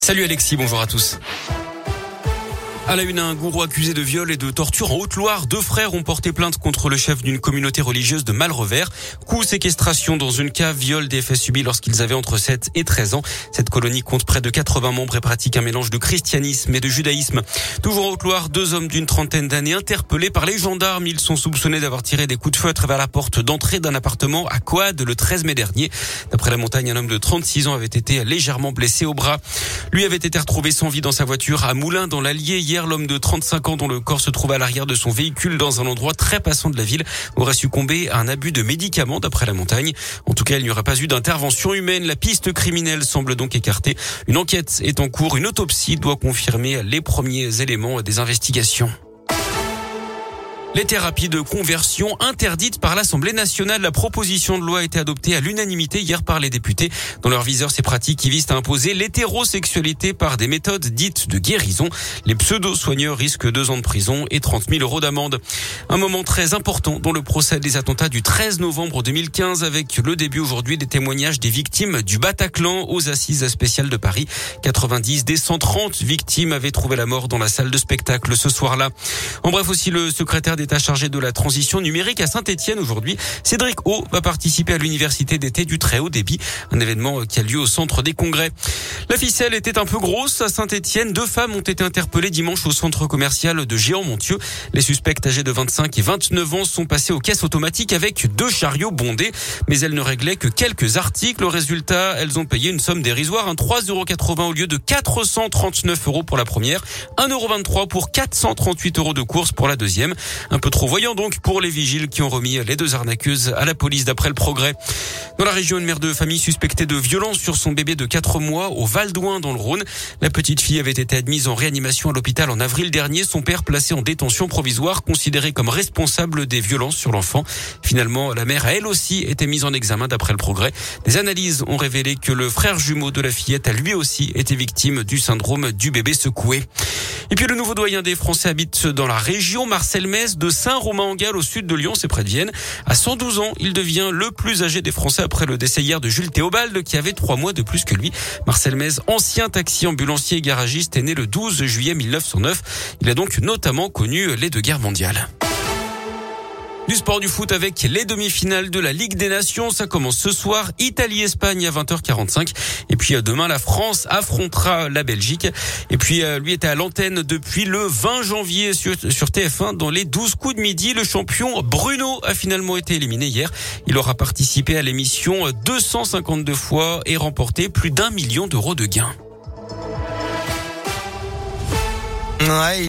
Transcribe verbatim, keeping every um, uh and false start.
Salut Alexis, bonjour à tous. À la une, un gourou accusé de viol et de torture en Haute-Loire. Deux frères ont porté plainte contre le chef d'une communauté religieuse de Malrevers. Coup, séquestration dans une cave, viol, des faits subis lorsqu'ils avaient entre sept et treize ans. Cette colonie compte près de quatre-vingts membres et pratique un mélange de christianisme et de judaïsme. Toujours en Haute-Loire, deux hommes d'une trentaine d'années interpellés par les gendarmes. Ils sont soupçonnés d'avoir tiré des coups de feu à travers la porte d'entrée d'un appartement à Coade le treize mai dernier. D'après la montagne, un homme de trente-six ans avait été légèrement blessé au bras. Lui avait été retrouvé sans vie dans sa voiture à Moulins dans l'Allier. Hier, l'homme de trente-cinq ans dont le corps se trouve à l'arrière de son véhicule dans un endroit très passant de la ville aurait succombé à un abus de médicaments d'après la montagne. En tout cas, il n'y aurait pas eu d'intervention humaine. La piste criminelle semble donc écartée. Une enquête est en cours. Une autopsie doit confirmer les premiers éléments des investigations. Les thérapies de conversion interdites par l'Assemblée nationale. La proposition de loi a été adoptée à l'unanimité hier par les députés. Dans leur viseur, ces pratiques qui visent à imposer l'hétérosexualité par des méthodes dites de guérison. Les pseudo-soigneurs risquent deux ans de prison et trente mille euros d'amende. Un moment très important dans le procès des attentats du treize novembre deux mille quinze avec le début aujourd'hui des témoignages des victimes du Bataclan aux assises spéciales de Paris. quatre-vingt-dix des cent trente victimes avaient trouvé la mort dans la salle de spectacle ce soir-là. En bref, aussi le secrétaire d'État chargé de la transition numérique à Saint-Etienne aujourd'hui. Cédric O va participer à l'université d'été du très haut débit, un événement qui a lieu au centre des congrès. La ficelle était un peu grosse à Saint-Etienne. Deux femmes ont été interpellées dimanche au centre commercial de Géant-Montieu. Les suspects âgés de vingt-cinq et vingt-neuf ans sont passés aux caisses automatiques avec deux chariots bondés, mais elles ne réglaient que quelques articles. Au résultat, elles ont payé une somme dérisoire, un trois euros quatre-vingts au lieu de quatre cent trente-neuf euros pour la première, un euro vingt-trois pour quatre cent trente-huit euros de course pour la deuxième. Un peu trop voyant donc pour les vigiles qui ont remis les deux arnaqueuses à la police d'après le Progrès. Dans la région, une mère de famille suspectée de violence sur son bébé de quatre mois au Val d'Ouin dans le Rhône. La petite fille avait été admise en réanimation à l'hôpital en avril dernier. Son père placé en détention provisoire, considéré comme responsable des violences sur l'enfant. Finalement, la mère a elle aussi été mise en examen d'après le Progrès. Des analyses ont révélé que le frère jumeau de la fillette a lui aussi été victime du syndrome du bébé secoué. Et puis le nouveau doyen des Français habite dans la région. Marcel Mez de Saint-Romain-en-Galles au sud de Lyon, c'est près de Vienne. À cent douze ans, il devient le plus âgé des Français après le décès hier de Jules Théobald qui avait trois mois de plus que lui. Marcel Mez, ancien taxi ambulancier et garagiste, est né le douze juillet mille neuf cent neuf. Il a donc notamment connu les deux guerres mondiales. Du sport, du foot avec les demi-finales de la Ligue des Nations. Ça commence ce soir. Italie-Espagne à vingt heures quarante-cinq. Et puis demain, la France affrontera la Belgique. Et puis lui était à l'antenne depuis le vingt janvier sur, sur T F un dans les douze coups de midi. Le champion Bruno a finalement été éliminé hier. Il aura participé à l'émission deux cent cinquante-deux fois et remporté plus d'un million d'euros de gains. Ouais.